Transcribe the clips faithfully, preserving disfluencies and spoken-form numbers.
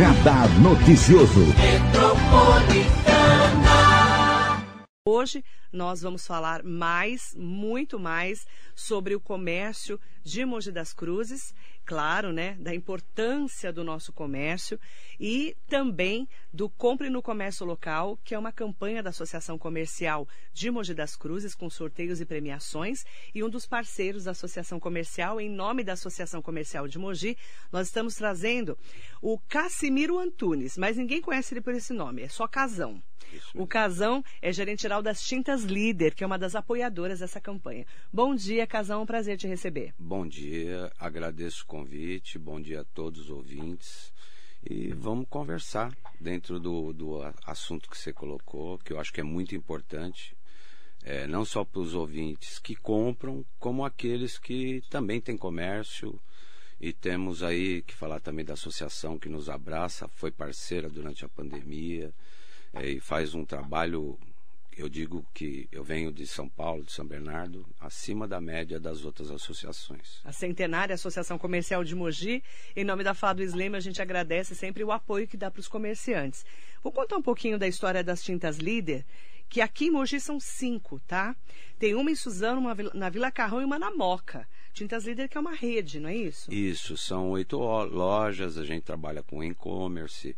Radar Noticioso. Hoje nós vamos falar mais, muito mais, sobre o comércio de Mogi das Cruzes, claro, né, da importância do nosso comércio e também do Compre no Comércio Local, que é uma campanha da Associação Comercial de Mogi das Cruzes, com sorteios e premiações, e um dos parceiros da Associação Comercial, em nome da Associação Comercial de Mogi, nós estamos trazendo o Cassimiro Antunes, mas ninguém conhece ele por esse nome, é só Casão. O Casão é gerente geral das Tintas Líder, que é uma das apoiadoras dessa campanha. Bom dia, Casão, é um prazer te receber. Bom dia, agradeço o convite, bom dia a todos os ouvintes. E vamos conversar dentro do, do assunto que você colocou, que eu acho que é muito importante, é, não só para os ouvintes que compram, como aqueles que também têm comércio. E temos aí que falar também da associação que nos abraça, foi parceira durante a pandemia. É, e faz um trabalho, eu digo que eu venho de São Paulo, de São Bernardo, acima da média das outras associações. A centenária Associação Comercial de Mogi, em nome da Fado Slema, a gente agradece sempre o apoio que dá para os comerciantes. Vou contar um pouquinho da história das Tintas Líder, que aqui em Mogi são cinco, tá? Tem uma em Suzano, uma na Vila Carrão e uma na Moca. Tintas Líder, que é uma rede, não é isso? Isso, são oito lojas, a gente trabalha com e-commerce.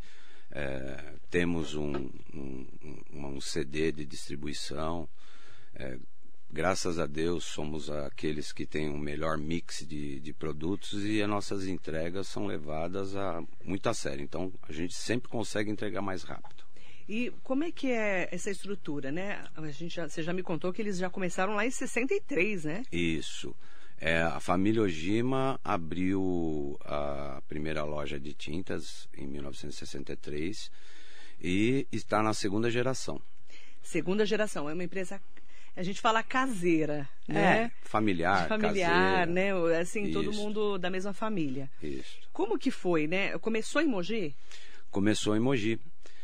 É, temos um, um, um, um C D de distribuição, é, graças a Deus somos aqueles que têm um melhor mix de, de produtos e as nossas entregas são levadas a, muito a sério, então a gente sempre consegue entregar mais rápido. E como é que é essa estrutura, né? A gente já, você já me contou que eles já começaram lá em sessenta e três, né? Isso. É, a família Ojima abriu a primeira loja de tintas em mil novecentos e sessenta e três e está na segunda geração. Segunda geração, é uma empresa, a gente fala caseira, né? É, familiar, familiar, caseira. né? Assim, Isso. Todo mundo da mesma família. Isso. Como que foi, né? Começou em Mogi? Começou em Mogi.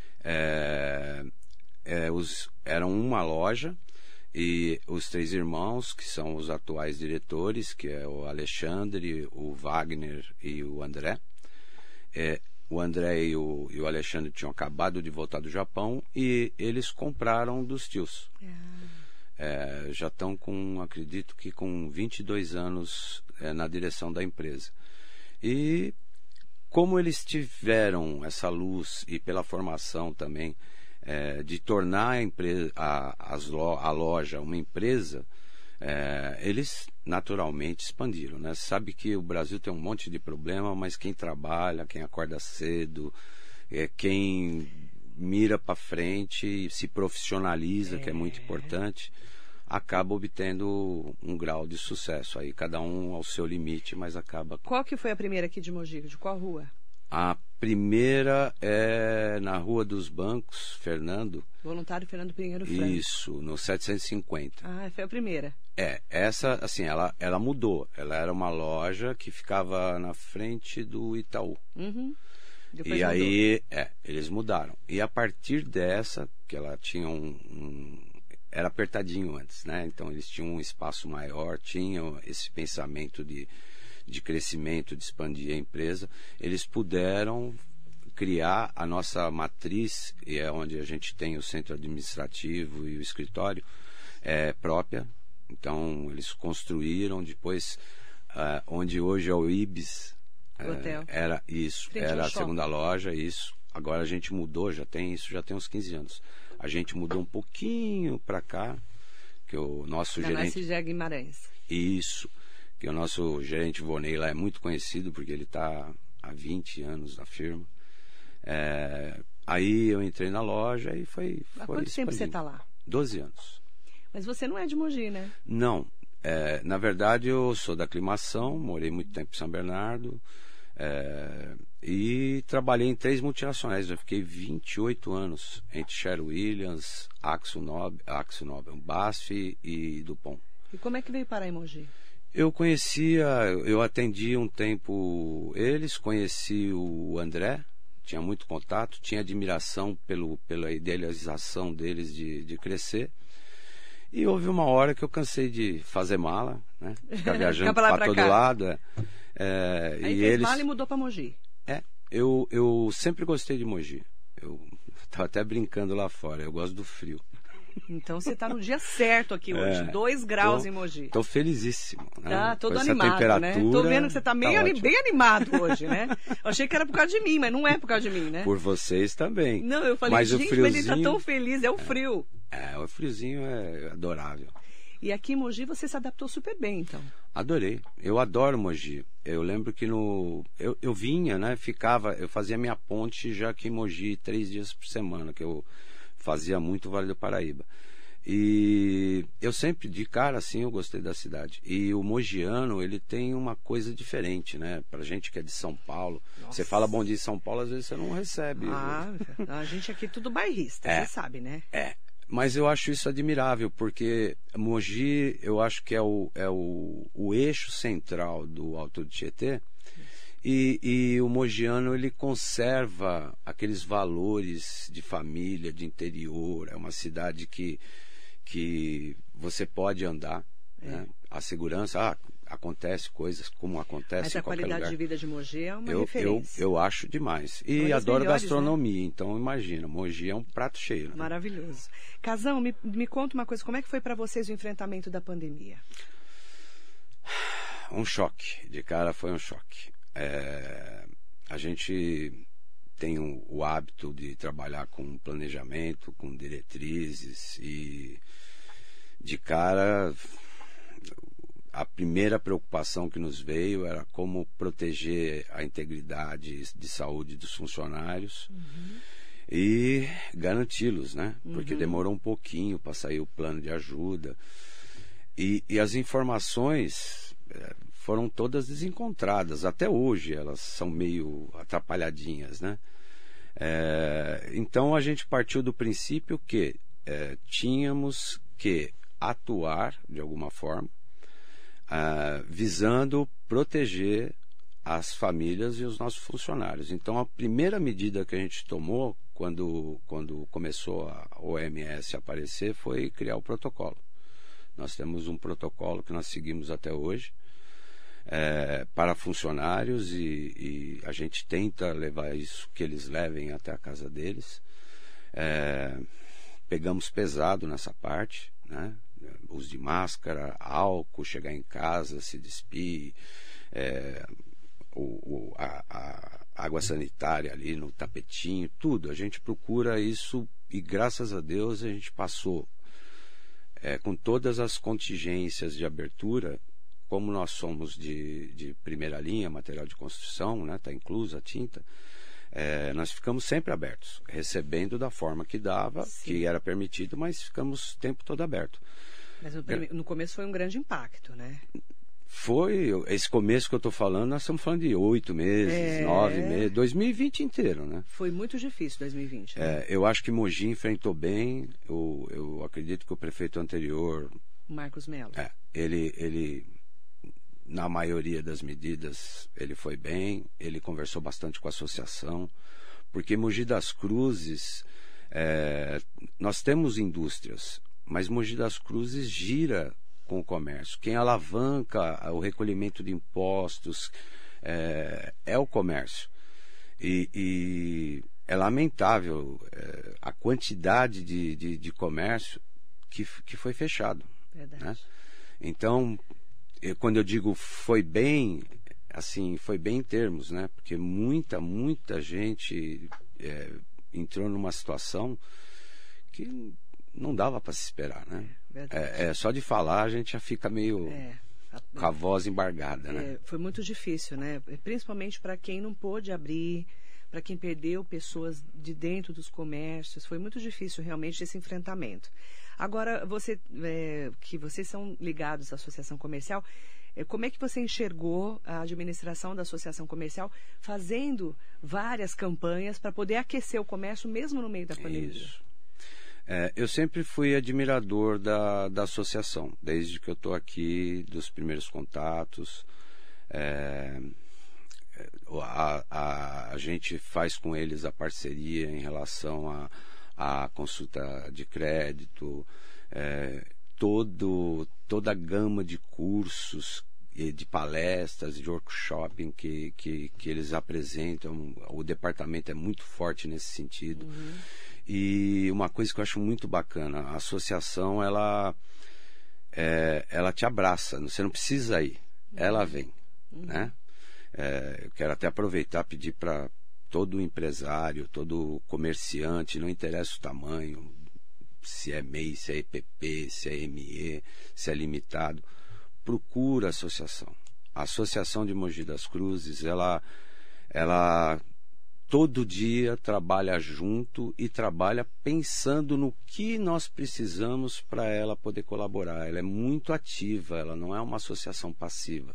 É, é, os, eram uma loja. E os três irmãos, que são os atuais diretores, que é o Alexandre, o Wagner e o André. É, o André e o, e o Alexandre tinham acabado de voltar do Japão e eles compraram dos tios. Ah. É, já estão com, acredito que com vinte e dois anos é, na direção da empresa. E como eles tiveram essa luz e pela formação também, É, de tornar a, empresa, a, as lo, a loja uma empresa, é, eles naturalmente expandiram, né? Sabe que o Brasil tem um monte de problema, mas quem trabalha, quem acorda cedo, é, quem mira para frente e se profissionaliza, é. que é muito importante, acaba obtendo um grau de sucesso. Aí cada um ao seu limite, mas acaba... Qual que foi a primeira aqui de Mogi? De qual rua? A primeira é na Rua dos Bancos, Fernando. Voluntário Fernando Pinheiro Franco. Isso, no setecentos e cinquenta. Ah, foi a primeira. É, essa, assim, ela, ela mudou. Ela era uma loja que ficava na frente do Itaú. Uhum. Depois e mudou. aí, é, eles mudaram. E a partir dessa, que ela tinha um, um... Era apertadinho antes, né? Então eles tinham um espaço maior, tinham esse pensamento de... de crescimento, de expandir a empresa, eles puderam criar a nossa matriz, e é onde a gente tem o centro administrativo e o escritório é, própria. Então eles construíram depois, uh, onde hoje é o Ibis, Hotel. Uh, era isso, Frente era ao a shopping. segunda loja, isso. Agora a gente mudou, já tem isso, já tem uns quinze anos. A gente mudou um pouquinho para cá, que o nosso Na gerente... Narciso Guimarães. Isso. Que o nosso gerente Vonei lá é muito conhecido, porque ele está há vinte anos na firma. É, aí eu entrei na loja e foi... Há foi quanto expandindo. tempo você está lá? doze anos. Mas você não é de Mogi, né? Não. É, na verdade, eu sou da Aclimação, morei muito tempo em São Bernardo, é, e trabalhei em três multinacionais. Eu fiquei vinte e oito anos entre Sherwin-Williams, AkzoNobel, B A S F e Dupont. E como é que veio parar em Mogi? Eu conhecia, eu atendi um tempo eles, conheci o André, tinha muito contato, tinha admiração pelo, pela idealização deles de, de crescer. E houve uma hora que eu cansei de fazer mala, né? Ficar viajando para todo lado. É. É, Aí e fez eles... mala e mudou para Mogi. É, eu, eu sempre gostei de Mogi. Eu estava até brincando lá fora, eu gosto do frio. Então você está no dia certo aqui hoje, É, dois graus tô, em Mogi. Tô felicíssimo. Né? Tá todo Com essa animado, né? Tô vendo que você tá meio tá ani- ótimo. bem animado hoje, né? Eu achei que era por causa de mim, mas não é por causa de mim, né? Por vocês também. Não, eu falei, Mas gente, o mas friozinho, ele tá tão feliz, é o frio. É, o friozinho é adorável. E aqui em Mogi você se adaptou super bem, então. Adorei. Eu adoro Mogi. Eu lembro que no eu, eu vinha, né? Ficava, eu fazia minha ponte já aqui em Mogi três dias por semana, que eu fazia muito o Vale do Paraíba. E eu sempre, de cara assim, eu gostei da cidade. E o mogiano, ele tem uma coisa diferente, né? Pra gente que é de São Paulo. Nossa. Você fala bom dia em São Paulo, às vezes você não recebe. Ah, a gente aqui é tudo bairrista, É. você sabe, né? É. Mas eu acho isso admirável, porque Mogi, eu acho que é o, é o, o eixo central do Alto do Tietê. E, e o mogiano, ele conserva aqueles valores de família, de interior. É uma cidade que, que você pode andar, É. né? A segurança, ah, acontece coisas como acontece Mas em a qualquer qualidade lugar. de vida de Mogi é uma Eu, eu, referência. eu acho demais. E Uma das adoro melhores, gastronomia, então imagina, Mogi é um prato cheio. Né? Maravilhoso. Casão, me, me conta uma coisa, como é que foi para vocês o enfrentamento da pandemia? Um choque, de cara foi um choque. É, a gente tem o, o hábito de trabalhar com planejamento, com diretrizes e de cara a primeira preocupação que nos veio era como proteger a integridade de saúde dos funcionários uhum. e garanti-los, né? Porque uhum. demorou um pouquinho para sair o plano de ajuda e, e as informações é, foram todas desencontradas. Até hoje elas são meio atrapalhadinhas, né? É, então a gente partiu do princípio que é, tínhamos que atuar de alguma forma, uh, visando proteger as famílias e os nossos funcionários. Então a primeira medida que a gente tomou quando, quando começou a O M S a aparecer foi criar o protocolo. Nós temos um protocolo que nós seguimos até hoje, É, para funcionários e, e a gente tenta levar isso, que eles levem até a casa deles. É, pegamos pesado nessa parte, né? Uso de máscara, álcool, chegar em casa, se despir, é, o, o, a, a água sanitária ali no tapetinho, tudo. A gente procura isso e graças a Deus a gente passou é, com todas as contingências de abertura. Como nós somos de, de primeira linha, material de construção, né, tá incluso a tinta, é, nós ficamos sempre abertos, recebendo da forma que dava, Sim. que era permitido, mas ficamos o tempo todo aberto. Mas no, prime... no começo foi um grande impacto, né? Foi, esse começo que eu estou falando, nós estamos falando de oito meses, é... nove meses, dois mil e vinte inteiro, né? Foi muito difícil dois mil e vinte. Né? É, eu acho que Mogi enfrentou bem, eu, eu acredito que o prefeito anterior... Marcos Mello. É, ele... ele na maioria das medidas ele foi bem, ele conversou bastante com a associação, porque Mogi das Cruzes, é, nós temos indústrias, mas Mogi das Cruzes gira com o comércio. Quem alavanca o recolhimento de impostos é, é o comércio. E, e é lamentável é, a quantidade de, de, de comércio que, que foi fechado. Verdade. Né? Então... Eu, quando eu digo foi bem, assim, foi bem em termos, né? Porque muita, muita gente é, entrou numa situação que não dava para se esperar, né? É, é, só de falar a gente já fica meio é, a, com a voz embargada, né? É, foi muito difícil, né? Principalmente para quem não pôde abrir, para quem perdeu pessoas de dentro dos comércios, foi muito difícil realmente esse enfrentamento. Agora, você, é, que vocês são ligados à Associação Comercial, é, como é que você enxergou a administração da Associação Comercial fazendo várias campanhas para poder aquecer o comércio mesmo no meio da pandemia? Isso. É, eu sempre fui admirador da, da associação, desde que eu estou aqui, dos primeiros contatos. É, a, a, a gente faz com eles a parceria em relação a a consulta de crédito, é, todo, toda a gama de cursos de palestras, de workshop que, que, que eles apresentam. O departamento é muito forte nesse sentido. Uhum. E uma coisa que eu acho muito bacana, a associação, ela, é, ela te abraça, você não precisa ir, uhum. ela vem. Uhum. Né? É, eu quero até aproveitar e pedir para todo empresário, todo comerciante, não interessa o tamanho, se é M E I, se é E P P, se é M E, se é limitado, procura a associação. A Associação de Mogi das Cruzes, ela, ela todo dia trabalha junto e trabalha pensando no que nós precisamos para ela poder colaborar. Ela é muito ativa, ela não é uma associação passiva.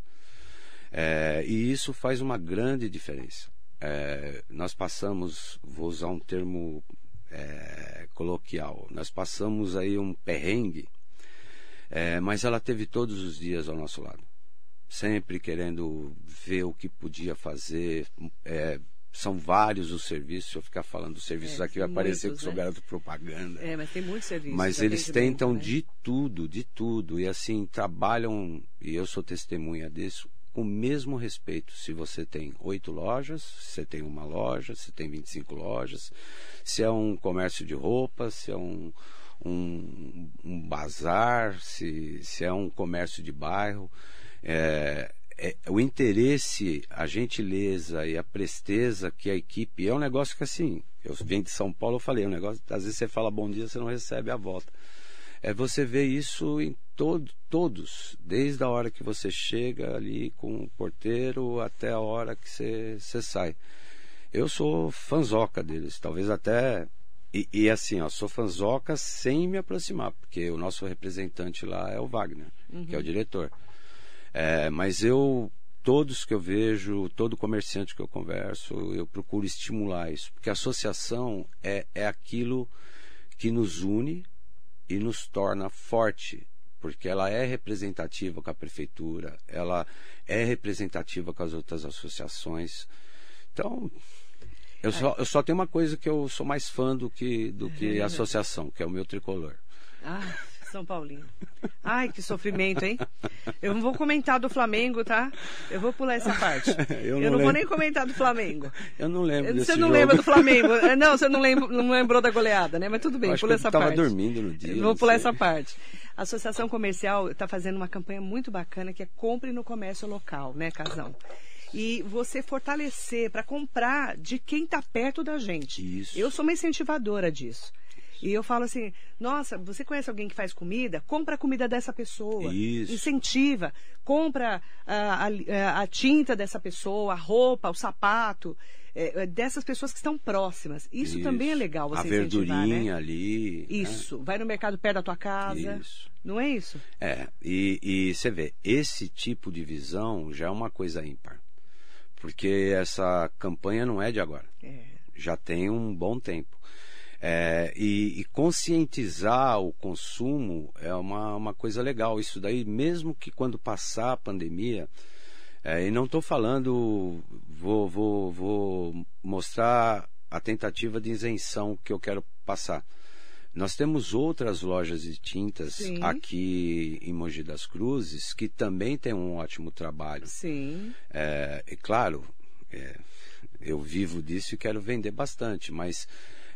É, e isso faz uma grande diferença. É, nós passamos, vou usar um termo é, coloquial, nós passamos aí um perrengue, é, mas ela teve todos os dias ao nosso lado, sempre querendo ver o que podia fazer. É, são vários os serviços, se eu ficar falando dos serviços é, aqui vai parecer que sou né? garoto propaganda. É, mas tem muitos serviços. Mas eles tentam né? de tudo, de tudo, e assim, trabalham, e eu sou testemunha disso, com o mesmo respeito. Se você tem oito lojas, se você tem uma loja, se tem vinte e cinco lojas, se é um comércio de roupas, se é um, um, um bazar, se, se é um comércio de bairro, é, é, o interesse, a gentileza e a presteza que a equipe, é um negócio que assim, eu vim de São Paulo, eu falei, é um negócio, às vezes você fala bom dia, você não recebe a volta. É, você vê isso em todo, todos, desde a hora que você chega ali com o porteiro até a hora que você, você sai. Eu sou fanzoca deles, talvez até... E, e assim, ó, sou fanzoca sem me aproximar, porque o nosso representante lá é o Wagner, uhum. que é o diretor. É, mas eu, todos que eu vejo, todo comerciante que eu converso, eu procuro estimular isso, porque a associação é, é aquilo que nos une e nos torna forte, porque ela é representativa com a prefeitura, ela é representativa com as outras associações. Então, eu só, eu só tenho uma coisa que eu sou mais fã do que, do que a associação, que é o meu tricolor. Ah, São Paulino. Ai, que sofrimento, hein? Eu não vou comentar do Flamengo, tá? Eu vou pular essa parte. Eu não, eu não vou nem comentar do Flamengo. Eu não lembro desse Você não jogo. lembra do Flamengo? Não, você não, lembra, não lembrou da goleada, né? Mas tudo bem, pula essa parte. Eu estava dormindo no dia. Eu vou pular essa parte. A Associação Comercial está fazendo uma campanha muito bacana que é Compre no Comércio Local, né, Casão? E você fortalecer para comprar de quem está perto da gente. Isso. Eu sou uma incentivadora disso. E eu falo assim, nossa, você conhece alguém que faz comida? Compra a comida dessa pessoa. Isso. Incentiva. Compra a, a, a tinta dessa pessoa, a roupa, o sapato, é, dessas pessoas que estão próximas. Isso, Isso. também é legal você a incentivar, verdurinha né? ali. Isso. Né? Vai no mercado perto da tua casa. Isso. Não é isso? É. E, e você vê, esse tipo de visão já é uma coisa ímpar. Porque essa campanha não é de agora. É. Já tem um bom tempo. É, e, e conscientizar o consumo é uma, uma coisa legal. Isso daí, mesmo que quando passar a pandemia, é, e não estou falando, vou, vou, vou mostrar a tentativa de isenção que eu quero passar. Nós temos outras lojas de tintas Sim. aqui em Mogi das Cruzes que também tem um ótimo trabalho. Sim. É, e claro, é, eu vivo disso e quero vender bastante, mas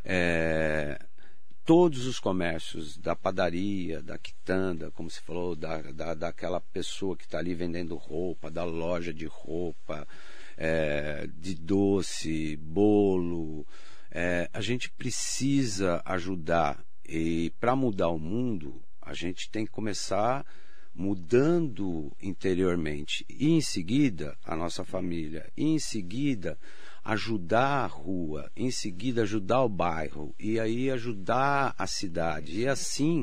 é, todos os comércios, da padaria, da quitanda, como se falou, da, da, daquela pessoa que está ali vendendo roupa, da loja de roupa, é, de doce, bolo, é, a gente precisa ajudar. E para mudar o mundo, a gente tem que começar mudando interiormente. E em seguida, a nossa família. E em seguida, ajudar a rua. Em seguida, ajudar o bairro. E aí, ajudar a cidade. E assim,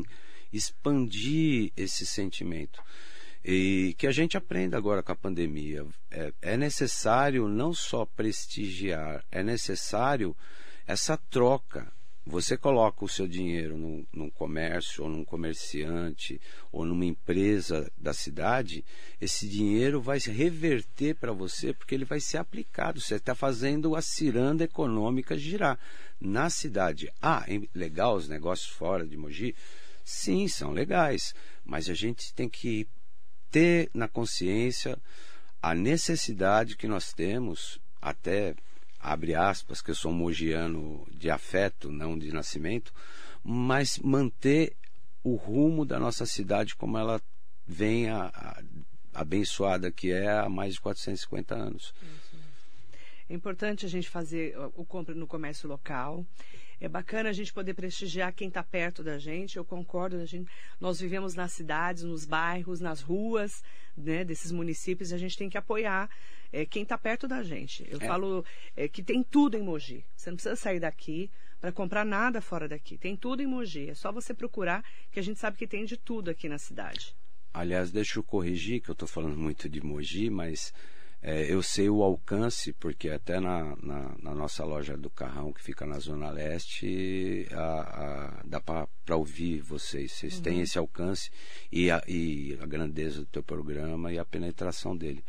expandir esse sentimento. E que a gente aprenda agora com a pandemia. É, é necessário não só prestigiar, é necessário essa troca. Você coloca o seu dinheiro num, num comércio, ou num comerciante, ou numa empresa da cidade, esse dinheiro vai se reverter para você, porque ele vai ser aplicado. Você está fazendo a ciranda econômica girar na cidade. Ah, é legal os negócios fora de Mogi? Sim, são legais, mas a gente tem que ter na consciência a necessidade que nós temos, até, abre aspas, que eu sou um mogiano de afeto, não de nascimento, mas manter o rumo da nossa cidade como ela vem a, a, abençoada que é há mais de quatrocentos e cinquenta anos. É importante a gente fazer o compra no comércio local. É bacana a gente poder prestigiar quem está perto da gente. Eu concordo. A gente, nós vivemos nas cidades, nos bairros, nas ruas, né, desses municípios. E a gente tem que apoiar é, quem está perto da gente. Eu é. falo é, que tem tudo em Mogi. Você não precisa sair daqui para comprar nada fora daqui. Tem tudo em Mogi. É só você procurar, que a gente sabe que tem de tudo aqui na cidade. Aliás, deixa eu corrigir, que eu estou falando muito de Mogi, mas é, eu sei o alcance, porque até na, na, na nossa loja do Carrão, que fica na Zona Leste, a, a, dá para ouvir vocês. Vocês uhum. têm esse alcance e a, e a grandeza do teu programa e a penetração dele.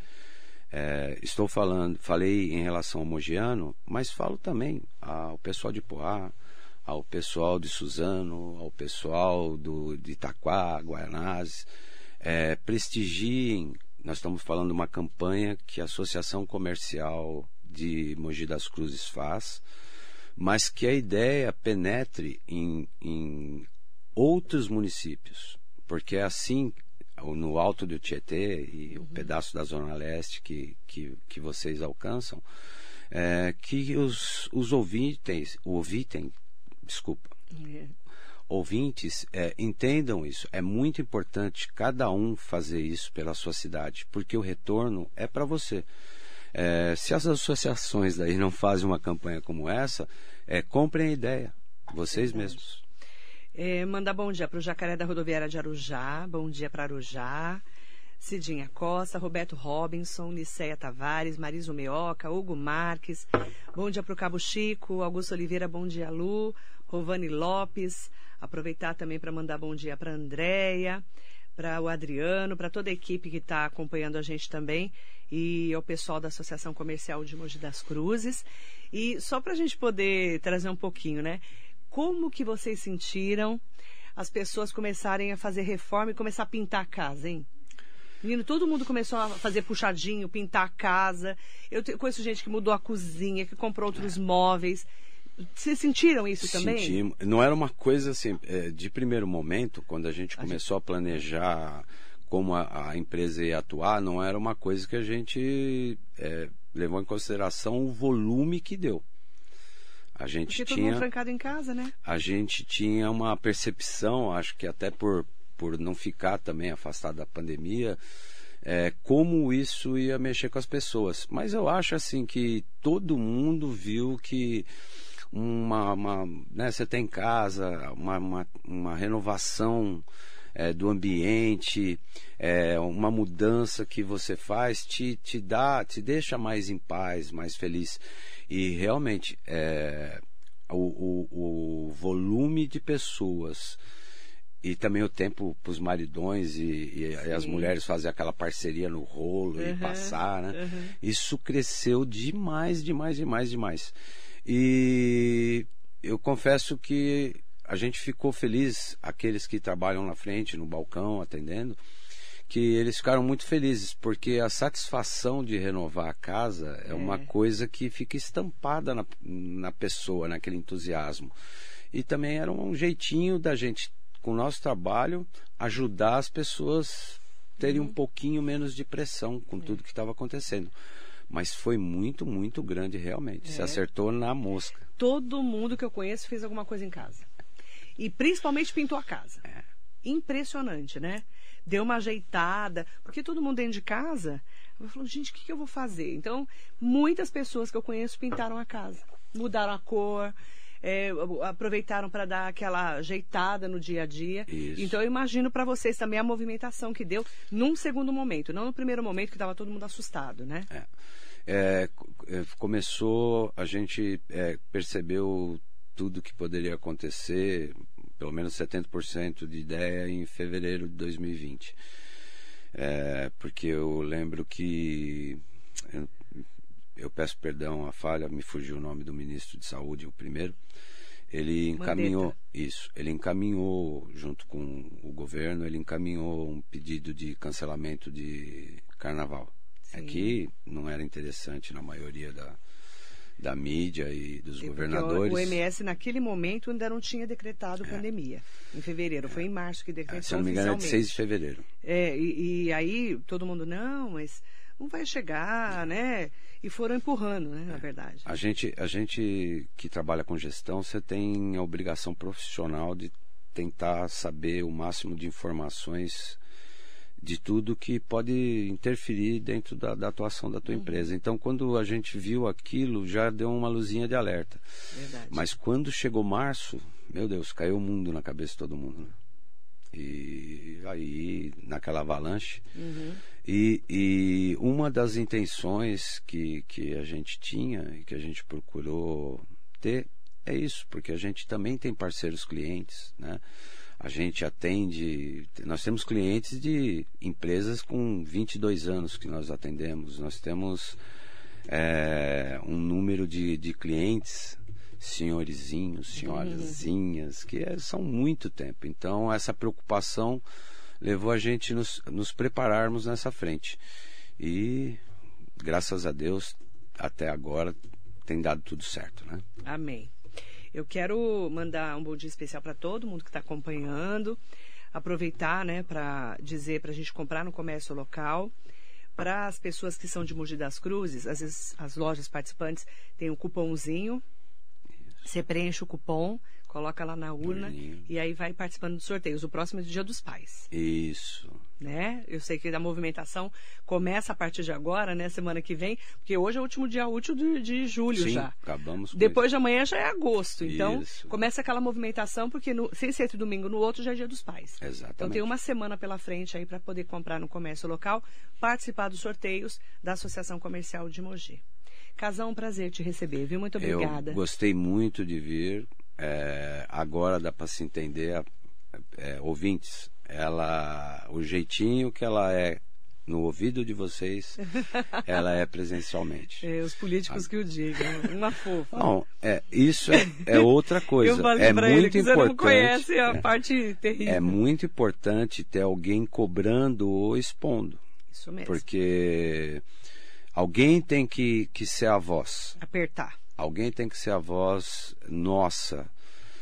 É, estou falando, falei em relação ao mogiano, mas falo também ao pessoal de Poá, ao pessoal de Suzano, ao pessoal do, de Itaquá, Guaianazes. É, prestigiem. Nós estamos falando de uma campanha que a Associação Comercial de Mogi das Cruzes faz, mas que a ideia penetre em, em outros municípios, porque é assim, no Alto do Tietê e uhum. o pedaço da Zona Leste que, que, que vocês alcançam, é, que os, os ouvintes, ouvitem, desculpa, uhum. ouvintes é, entendam isso. É muito importante cada um fazer isso pela sua cidade, porque o retorno é para você. É, se as associações daí não fazem uma campanha como essa, é, comprem a ideia, vocês Verdade. mesmos. É, mandar bom dia para o Jacaré da Rodoviária de Arujá, bom dia para Arujá, Cidinha Costa, Roberto Robinson, Niceia Tavares, Mariso Meoca, Hugo Marques, bom dia para o Cabo Chico, Augusto Oliveira, bom dia Lu, Rovani Lopes, aproveitar também para mandar bom dia para a Andréia, para o Adriano, para toda a equipe que está acompanhando a gente também, e ao pessoal da Associação Comercial de Mogi das Cruzes. E só para a gente poder trazer um pouquinho, né? Como que vocês sentiram as pessoas começarem a fazer reforma e começar a pintar a casa, hein? Menino, todo mundo começou a fazer puxadinho, pintar a casa. Eu te, conheço gente que mudou a cozinha, que comprou outros é. móveis. Vocês sentiram isso também? Sentimos. Não era uma coisa assim, de primeiro momento, quando a gente começou a, gente... a planejar como a, a empresa ia atuar, não era uma coisa que a gente é, levou em consideração o volume que deu. A gente Porque tinha, todo mundo trancado em casa, né? A gente tinha uma percepção, acho que até por, por não ficar também afastado da pandemia, é, como isso ia mexer com as pessoas. Mas eu acho assim que todo mundo viu que uma, uma, né, você tem em casa, uma, uma, uma renovação é, do ambiente, é, uma mudança que você faz te, te dá, te deixa mais em paz, mais feliz. E realmente é, o, o, o volume de pessoas e também o tempo para os maridões e, e, e as mulheres fazer aquela parceria no rolo uhum, e passar, né? Uhum. Isso cresceu demais, demais, demais, demais. E eu confesso que a gente ficou feliz, aqueles que trabalham na frente, no balcão, atendendo, que eles ficaram muito felizes, porque a satisfação de renovar a casa é, é uma coisa que fica estampada na, na pessoa, naquele entusiasmo. E também era um jeitinho da gente, com o nosso trabalho, ajudar as pessoas a terem uhum. um pouquinho menos de pressão com é. tudo que estava acontecendo. Mas foi muito, muito grande realmente. É. Se acertou na mosca. Todo mundo que eu conheço fez alguma coisa em casa. E principalmente pintou a casa. É. Impressionante, né? Deu uma ajeitada, porque todo mundo dentro de casa, eu falo, gente, o que, que eu vou fazer? Então, muitas pessoas que eu conheço pintaram a casa, mudaram a cor, é, aproveitaram para dar aquela ajeitada no dia a dia. Isso. Então, eu imagino para vocês também a movimentação que deu num segundo momento, não no primeiro momento que estava todo mundo assustado, né? É. É, começou, a gente é, percebeu tudo que poderia acontecer, pelo menos setenta por cento de ideia em fevereiro de dois mil e vinte. É, porque eu lembro que, eu, eu peço perdão a falha, me fugiu o nome do ministro de saúde, o primeiro, Ele encaminhou Mandetta. isso, ele encaminhou junto com o governo, ele encaminhou um pedido de cancelamento de carnaval. Sim. Aqui não era interessante na maioria da, da mídia e dos e governadores. O O M S naquele momento ainda não tinha decretado é. pandemia. Em fevereiro, é. foi em março que decretou. É, se eu não me engano, é de seis de fevereiro. É, e, e aí todo mundo, não, mas não vai chegar, né? E foram empurrando, né, na verdade. A gente, a gente que trabalha com gestão, você tem a obrigação profissional de tentar saber o máximo de informações de tudo que pode interferir dentro da, da atuação da tua uhum. empresa. Então, quando a gente viu aquilo, já deu uma luzinha de alerta. Verdade. Mas quando chegou março, meu Deus, caiu o mundo na cabeça de todo mundo, né? E aí, naquela avalanche. Uhum. E, e uma das intenções que, que a gente tinha e que a gente procurou ter é isso, porque a gente também tem parceiros clientes, né? A gente atende, nós temos clientes de empresas com vinte e dois anos que nós atendemos, nós temos é, um número de, de clientes, senhorizinhos, senhorazinhas, que é, são muito tempo. Então essa preocupação levou a gente nos, nos prepararmos nessa frente. E graças a Deus, até agora, tem dado tudo certo, né? Amém. Eu quero mandar um bom dia especial para todo mundo que está acompanhando, aproveitar, né, para dizer para a gente comprar no comércio local. Para as pessoas que são de Mogi das Cruzes, às vezes as lojas participantes têm um cupomzinho, você preenche o cupom, coloca lá na urna Burninho. E aí vai participando dos sorteios. O próximo é do Dia dos Pais. Isso. Né? Eu sei que a movimentação começa a partir de agora, né? Semana que vem, porque hoje é o último dia útil de, de julho. Sim, já. Acabamos com Depois isso. de amanhã já é agosto. Então, isso. começa aquela movimentação, porque no, sem ser entre domingo no outro já é Dia dos Pais. Exatamente. Então tem uma semana pela frente aí para poder comprar no comércio local, participar dos sorteios da Associação Comercial de Mogi. Casão, um prazer te receber, viu? Muito obrigada. Eu gostei muito de vir. É, agora dá para se entender, é, ouvintes, ela, o jeitinho que ela é no ouvido de vocês, ela é presencialmente. É, os políticos a... que o digam, uma fofa. Não, é, isso é, é outra coisa. Eu falei é pra muito ele que importante, você não conhece a é, parte terrível. É muito importante ter alguém cobrando ou expondo. Isso mesmo. Porque alguém tem que, que ser a voz. Apertar. Alguém tem que ser a voz nossa.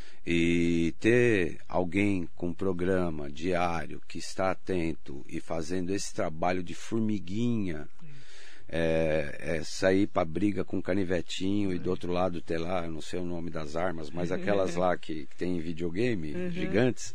E ter alguém com programa diário que está atento e fazendo esse trabalho de formiguinha, é, é sair para briga com canivetinho e do outro lado ter lá, eu não sei o nome das armas, mas aquelas lá que, que tem videogame, uhum. gigantes,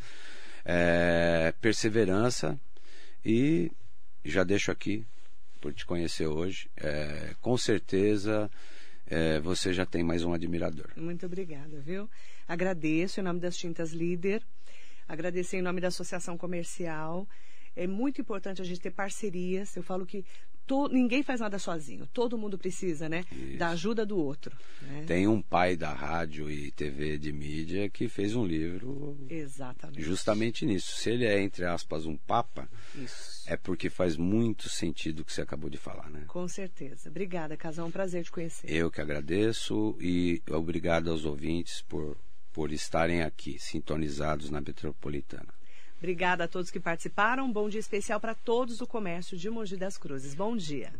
é, perseverança. E já deixo aqui, por te conhecer hoje, é, com certeza é, você já tem mais um admirador. Muito obrigada, viu? Agradeço em nome das Tintas Líder, agradecer em nome da Associação Comercial. É muito importante a gente ter parcerias. Eu falo que to, ninguém faz nada sozinho, todo mundo precisa, né, da ajuda do outro. Né? Tem um pai da rádio e T V de mídia que fez um livro Exatamente. justamente nisso. Se ele é, entre aspas, um papa, Isso. é porque faz muito sentido o que você acabou de falar, né? Com certeza. Obrigada, Casão, um prazer te conhecer. Eu que agradeço e obrigado aos ouvintes por por estarem aqui, sintonizados na Metropolitana. Obrigada a todos que participaram. Um bom dia especial para todos do comércio de Mogi das Cruzes. Bom dia.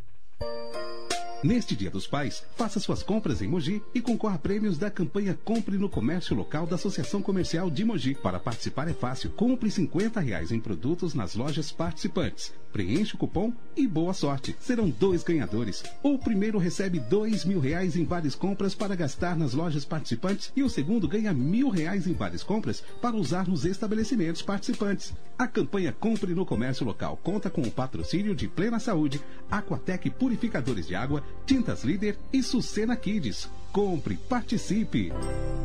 Neste Dia dos Pais, faça suas compras em Mogi e concorra a prêmios da campanha Compre no Comércio Local da Associação Comercial de Mogi. Para participar é fácil. Compre cinquenta reais em produtos nas lojas participantes. Preencha o cupom e boa sorte. Serão dois ganhadores. O primeiro recebe dois mil reais em várias compras para gastar nas lojas participantes e o segundo ganha mil reais em várias compras para usar nos estabelecimentos participantes. A campanha Compre no Comércio Local conta com o patrocínio de Plena Saúde, Aquatec Purificadores de Água, Tintas Líder e Sucena Kids. Compre, participe!